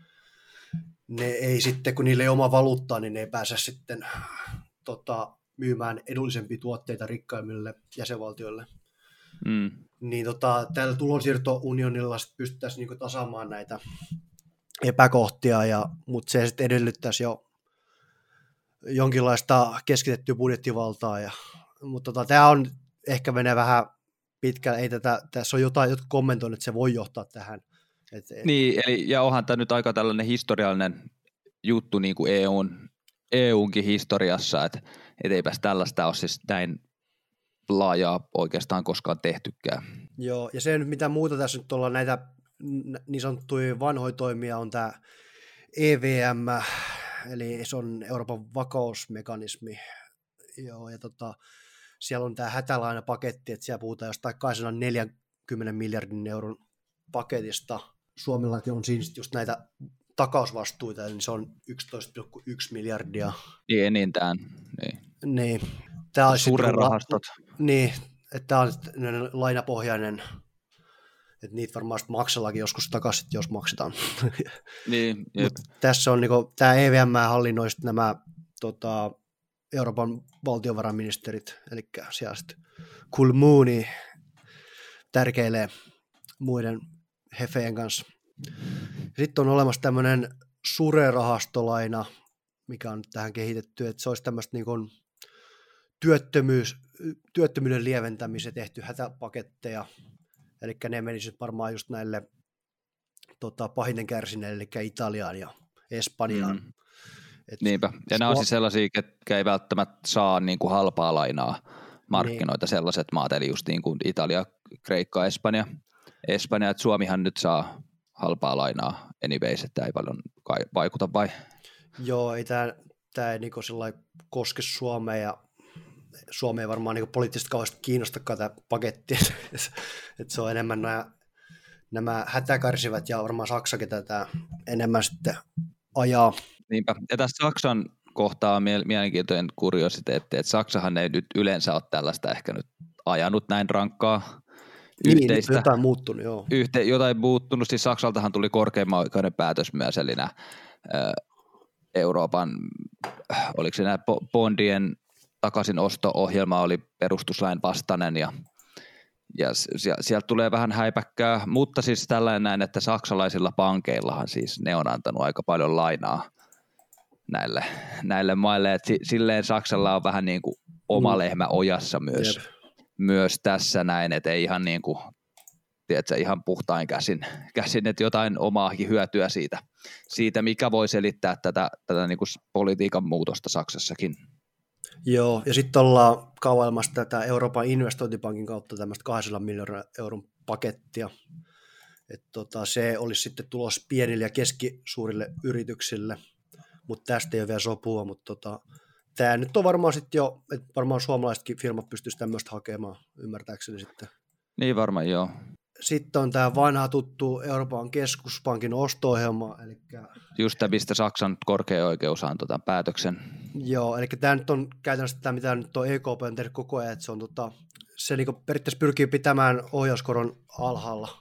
ne ei sitten, kun niillä ei oma valuuttaa, niin ne ei pääse sitten tota, myymään edullisempia tuotteita rikkaimmille jäsenvaltioille. Mm. Niin tota, tällä tulonsiirtounionilla pystyttäisiin niinku tasaamaan näitä epäkohtia, ja, mutta se sitten edellyttäisi jo jonkinlaista keskitettyä budjettivaltaa. Ja, mutta tota, tämä on ehkä menee vähän pitkälle, ei tätä, tässä on jotain, jotka kommentoivat, että se voi johtaa tähän. Et, et, Niin, eli, ja onhan tämä nyt aika tällainen historiallinen juttu niin kuin E U:n, E U:nkin historiassa, että et eipäs tällaista ole siis näin laajaa oikeastaan koskaan tehtykään. Joo, ja se nyt mitä muuta tässä nyt ollaan näitä niin sanottuja vanhoja toimia on tämä E V M, eli se on Euroopan vakausmekanismi. Joo, ja tota, siellä on tämä hätälainapaketti, että siellä puhutaan jostain kaksisataaneljäkymmentä miljardin euron paketista. Suomellakin on siinä just näitä takausvastuita, niin se on yksitoista pilkku yksi miljardia. Niin enintään. Niin. Niin. Tämä on Surerahastot. Niin, että tämä on lainapohjainen, että niitä varmaan maksellakin joskus takaisin, jos maksetaan. Niin, jep. Tässä on niinku, tämä E V M hallinnoi nämä tota, Euroopan valtiovarainministerit, eli siellä sitten Kulmuni tärkeilee muiden hefeen kanssa. Sitten on olemassa tämmöinen surerahastolaina, mikä on tähän kehitetty, että se olisi tämmöistä niin kuin työttömyys, työttömyyden lieventämiseen tehty hätäpaketteja, eli ne menisivät varmaan just näille tota, pahiten kärsineille, eli Italiaan ja Espanjaan. Mm. Et Niinpä, ja nämä on siis sellaisia, ketkä ei välttämättä saa niin kuin halpaa lainaa markkinoita, niin. Sellaiset maat, eli just niin kuin Italia, Kreikka, Espanja. Espanja, että Suomihan nyt saa halpaa lainaa anyways, että ei paljon vaikuta vai? Joo, ei tämä, tämä ei niin koske Suomea ja Suomea ei varmaan niin poliittisesti kauheasti kiinnostakaan tämä paketti, että se on enemmän nämä, nämä hätäkärsivät ja varmaan Saksakin tätä enemmän sitten ajaa. Niinpä, ja tässä Saksan kohtaa on mielenkiintoinen kuriositeetti, että Saksahan ei nyt yleensä ole tällaista ehkä nyt ajanut näin rankkaa yhteistä. Niin, jotain muuttunut, joo. Yhte, jotain muuttunut, siis Saksaltahan tuli korkeimman oikeuden päätös myös, eli nämä ä, Euroopan, oliko se nämä bondien takaisinosto-ohjelma oli perustuslain vastainen, ja, ja sieltä tulee vähän häipäkkää, mutta siis tällainen näin, että saksalaisilla pankeillahan siis ne on antanut aika paljon lainaa näille, näille maille, että silleen Saksalla on vähän niin kuin oma lehmä ojassa myös, myös tässä näin, että ei ihan niin kuin, tiedätkö, ihan puhtain käsin, käsin, että jotain omaakin hyötyä siitä, siitä mikä voi selittää tätä, tätä niin kuin politiikan muutosta Saksassakin. Joo, ja sitten ollaan kaavailmassa tätä Euroopan investointipankin kautta tämmöistä kaksisataa miljoonan euron pakettia. että tota, se olisi sitten tulos pienille ja keskisuurille yrityksille, mutta tästä ei ole vielä sopua, mutta tota, tämä nyt on varmaan sitten jo, että varmaan suomalaisetkin firmat pystyisivät tämmöistä hakemaan, ymmärtääkseni sitten. Niin varmaan joo. Sitten on tämä vanha tuttu Euroopan keskuspankin osto-ohjelma. Eli... Just tämä, mistä Saksan korkea oikeus antoi tämän päätöksen. Joo, eli tämä nyt on käytännössä tämä, mitä nyt on E K P on tehnyt koko ajan, että se, on, tota, se niinku periaatteessa pyrkii pitämään ohjauskoron alhaalla.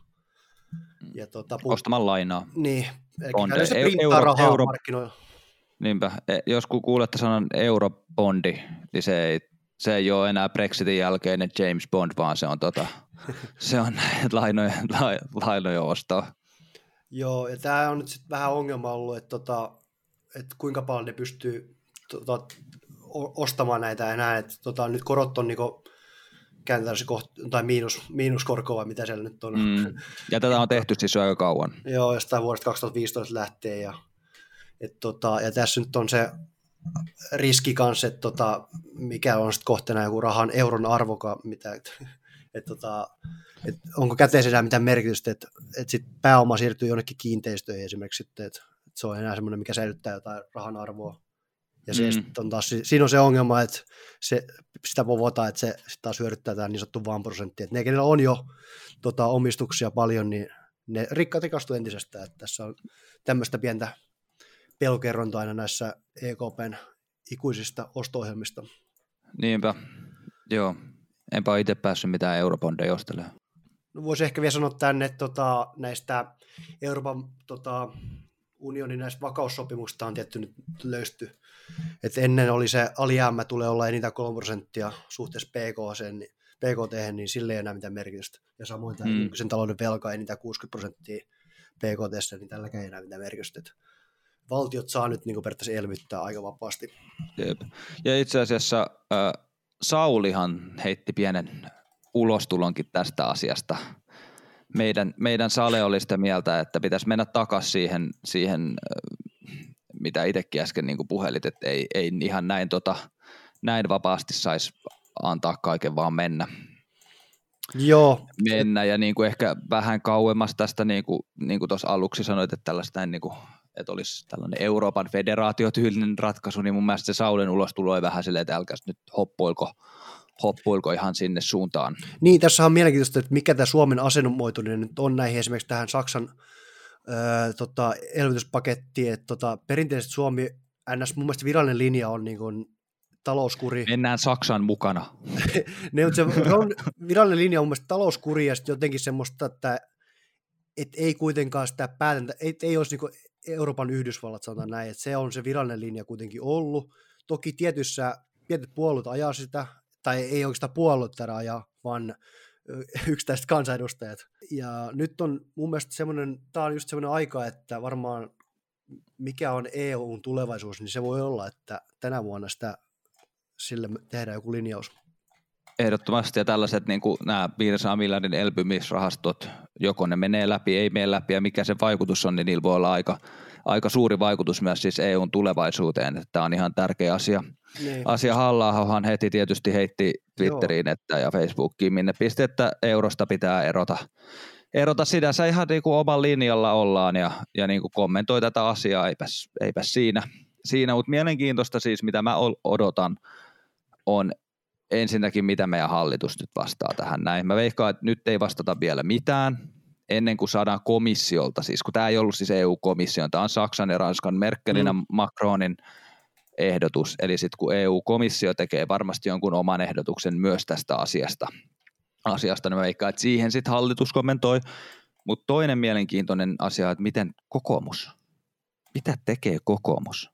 Ja, tota, pu... Ostamaan lainaa. Niin, eli se printtaa rahaa euro... markkinoilla. Niinpä, jos kuulette sanan eurobondi, niin se ei se ei ole enää Brexitin jälkeinen James Bond, vaan se on, tota, se on lainojen, lainojen ostoa. Joo, ja tämä on nyt sitten vähän ongelma ollut, että, tota, että kuinka paljon ne pystyy tota, ostamaan näitä enää, että tota, nyt korot on niinku käännetään se kohta, tai miinus, miinuskorkoa vai mitä siellä nyt on. Mm. Ja tätä on tehty siis jo aika kauan. Joo, jostain vuodesta kaksituhattaviisitoista lähtee. Ja, et tota, ja tässä nyt on se riski kanssa, että tota, mikä on sitten kohteena joku rahan euron arvoka, mitä, et, et tota, et onko käteisen enää mitään merkitystä, että et sit pääoma siirtyy jonnekin kiinteistöihin esimerkiksi sitten, että et se on enää semmoinen, mikä säilyttää jotain rahan arvoa. Ja se mm. on taas, siinä on se ongelma, että se, sitä vovotaan, että se sit taas hyödyttää tämä niin sanottu vaan prosentti. Että ne, kenellä on jo tota, omistuksia paljon, niin ne rikkaat rikastuu entisestään. Että tässä on tämmöistä pientä pelkokerrontaa aina näissä E K P:n ikuisista osto-ohjelmista. Niinpä, joo. Enpä ole itse päässyt mitään eurobondeja ostelemaan. No, voisi ehkä vielä sanoa tänne tota, näistä Euroopan tota, unionin näistä vakaussopimuksista on tietty nyt löysty. Et ennen oli se alijäämä tulee olla enintään kolme prosenttia suhteessa P K T, niin, P K T, niin sille ei enää mitään merkitystä. Ja samoin tämä mm. julkisen talouden velka enintään kuusikymmentä prosenttia P K T, niin tälläkään ei enää mitään merkitystä. Et valtiot saa nyt niin periaatteessa elvyttää aika vapaasti. Jep. Ja itse asiassa äh, Saulihan heitti pienen ulostulonkin tästä asiasta. Meidän, meidän Sale oli sitä mieltä, että pitäisi mennä takaisin siihen, siihen mitä itsekin äsken niin kuin puhelit, että ei, ei ihan näin, tota, näin vapaasti saisi antaa kaiken vaan mennä. Joo. Mennä ja niin kuin ehkä vähän kauemmas tästä, niin kuin, niin kuin tuossa aluksi sanoit, että tällaista niin kuin, että olisi tällainen Euroopan federaatiotyylinen ratkaisu, niin mun mielestä se Saulen ulostulo oli vähän silleen, että älkäs nyt hoppuilko, hoppuilko ihan sinne suuntaan. Niin, tässä on mielenkiintoista, että mikä tämä Suomen asennomoituminen nyt on näihin esimerkiksi tähän Saksan öö, tota, elvytyspakettiin, että tota, perinteisesti Suomi, ns. Mun mielestä virallinen linja on niin kuin talouskuri. Mennään Saksan mukana. ne, se on, virallinen linja on mun mielestä talouskuri ja sitten jotenkin semmoista, että et ei kuitenkaan sitä päätäntä, et ei olisi niin Euroopan Yhdysvallat, sanotaan näin, että se on se virallinen linja kuitenkin ollut. Toki tietyissä tietyt puolueet ajaa sitä, tai ei oikeastaan puolueet tätä ajaa, vaan yksittäiset kansanedustajat. Ja nyt on mun mielestä semmoinen, tämä on just semmoinen aika, että varmaan mikä on E U:n tulevaisuus, niin se voi olla, että tänä vuonna sitä sille tehdään joku linjaus. Ehdottomasti, ja tällaiset niin kuin nämä viisisataa miljardin elpymisrahastot, joko ne menee läpi, ei mene läpi, ja mikä se vaikutus on, niin niillä voi olla aika, aika suuri vaikutus myös siis E U:n tulevaisuuteen, että tämä on ihan tärkeä asia. Niin. Asia Halla-ahohan heti tietysti heitti Twitteriin että, ja Facebookiin, minne pisti, että eurosta pitää erota. Erota sinänsä ihan niin kuin oman linjalla ollaan, ja, ja niin kuin kommentoi tätä asiaa, eipäs, eipäs siinä. siinä. Mutta mielenkiintoista siis, mitä mä odotan, on ensinnäkin, mitä meidän hallitus nyt vastaa tähän näin. Mä veikkaan, että nyt ei vastata vielä mitään, ennen kuin saadaan komissiolta, siis kun tämä ei ollut siis E U-komissio, tämä on Saksan ja Ranskan Merkelin ja mm. Macronin ehdotus, eli sitten kun E U-komissio tekee varmasti jonkun oman ehdotuksen myös tästä asiasta, asiasta niin mä veikkaan, että siihen sitten hallitus kommentoi, mutta toinen mielenkiintoinen asia, että miten kokoomus, mitä tekee kokoomus?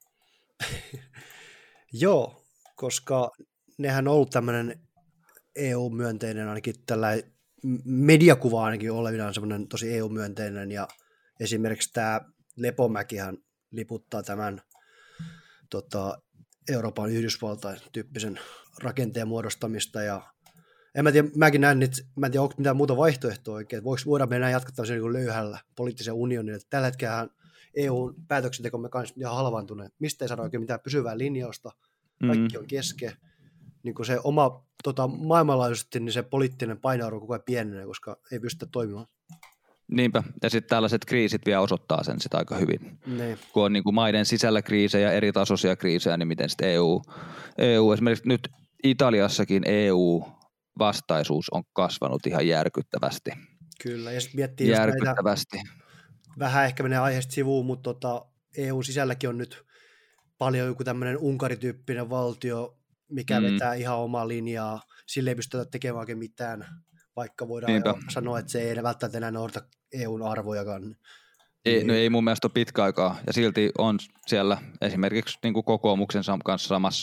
Joo, koska nehän on ollut tämmöinen E U-myönteinen, ainakin tällä mediakuva ainakin olevinaan semmoinen tosi E U-myönteinen, ja esimerkiksi tämä Lepomäkihän liputtaa tämän tota, Euroopan Yhdysvaltain tyyppisen rakenteen muodostamista, ja en mä tiedä, mäkin näen, että mä en tiedä, onko mitään muuta vaihtoehtoa oikein, että voiko, voidaan mennä jatkaa tämmöisen niin löyhällä poliittisen unionin, että tällä hetkellä E U-päätöksentekomme kanssa ihan halvaantuneen, mistä ei saada oikein mitään pysyvää linjausta, kaikki on kesken, niin kuin se oma tota, maailmanlaajuisesti, niin se poliittinen painoarvo koko ajan pienenee, koska ei pystytä toimimaan. Niinpä, ja sitten tällaiset kriisit vielä osoittaa sen sitä aika hyvin. Ne. Kun on niin kuin maiden sisällä kriisejä, eri tasoisia kriisejä, niin miten sitten E U, E U, esimerkiksi nyt Italiassakin E U-vastaisuus on kasvanut ihan järkyttävästi. Kyllä, ja sitten miettii järkyttävästi. Näitä, vähän ehkä menee aiheesta sivuun, mutta tota, E U-sisälläkin on nyt paljon joku tämmöinen Unkari-tyyppinen valtio, mikä mm. vetää ihan omaa linjaa, sille ei pystytä tekemään oikein mitään, vaikka voidaan Niinpä. sanoa, että se ei välttämättä enää noudata E U:n arvojakaan. Ei, no ei mun mielestä ole pitkä aikaa, ja silti on siellä esimerkiksi niin kuin kokoomuksen kanssa samassa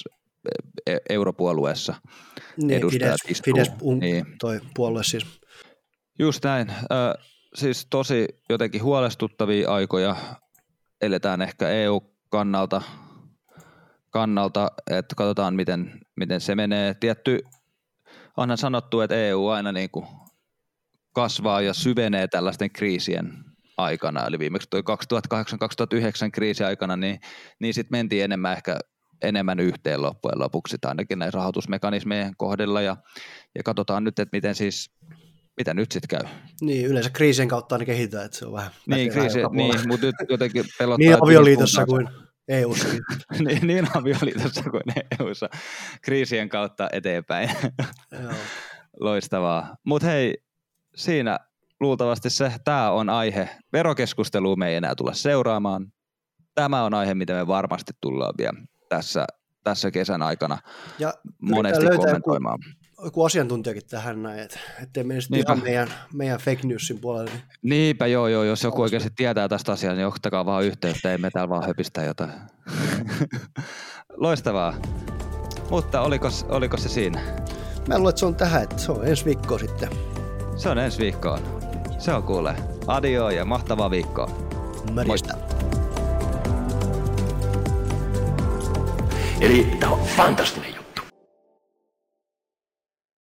europuolueessa niin, edustajat Fides, istuu. Fides un, niin. toi puolue siis. Just näin. Äh, siis tosi jotenkin huolestuttavia aikoja eletään ehkä E U-kannalta, kannalta, että katsotaan miten, miten se menee. Tietty, onhan sanottu, että E U aina niin kuin kasvaa ja syvenee tällaisten kriisien aikana, eli viimeksi tuo kaksituhattakahdeksan kaksituhattayhdeksän kriisi aikana, niin, niin sitten mentiin enemmän ehkä enemmän yhteen loppujen lopuksi, ainakin näissä rahoitusmekanismejen kohdilla, ja, ja katsotaan nyt, että miten siis, mitä nyt sitten käy. Niin, yleensä kriisien kautta aina kehitetään, että se on vähän... Niin, kriisi, niin mutta nyt jotenkin pelottaa... niin avioliitossa kuin E U:ssakin. niin, niin avioliitossa kuin E U:ssa, kriisien kautta eteenpäin. Joo. Loistavaa. Mutta hei, siinä luultavasti se, tämä on aihe. Verokeskustelua me ei enää tulla seuraamaan. Tämä on aihe, mitä me varmasti tullaan vielä tässä, tässä kesän aikana ja monesti kommentoimaan. Joku, joku asiantuntijakin tähän näin, että ettei mene sitten ihan meidän, meidän fake newsin puolelle. Niin. Niinpä joo, joo, jos joku oikeasti tietää tästä asiaa, niin ottakaa vaan yhteyttä, ei me täällä vaan höpistä jotain. Loistavaa. Mutta oliko, oliko se siinä? Mä luulen, että se on tähän, että se on ensi viikkoa sitten. Se on ensi viikkoon. Se on kuule. Adio ja mahtavaa viikkoa. Morjesta. Eli tää on fantastinen juttu.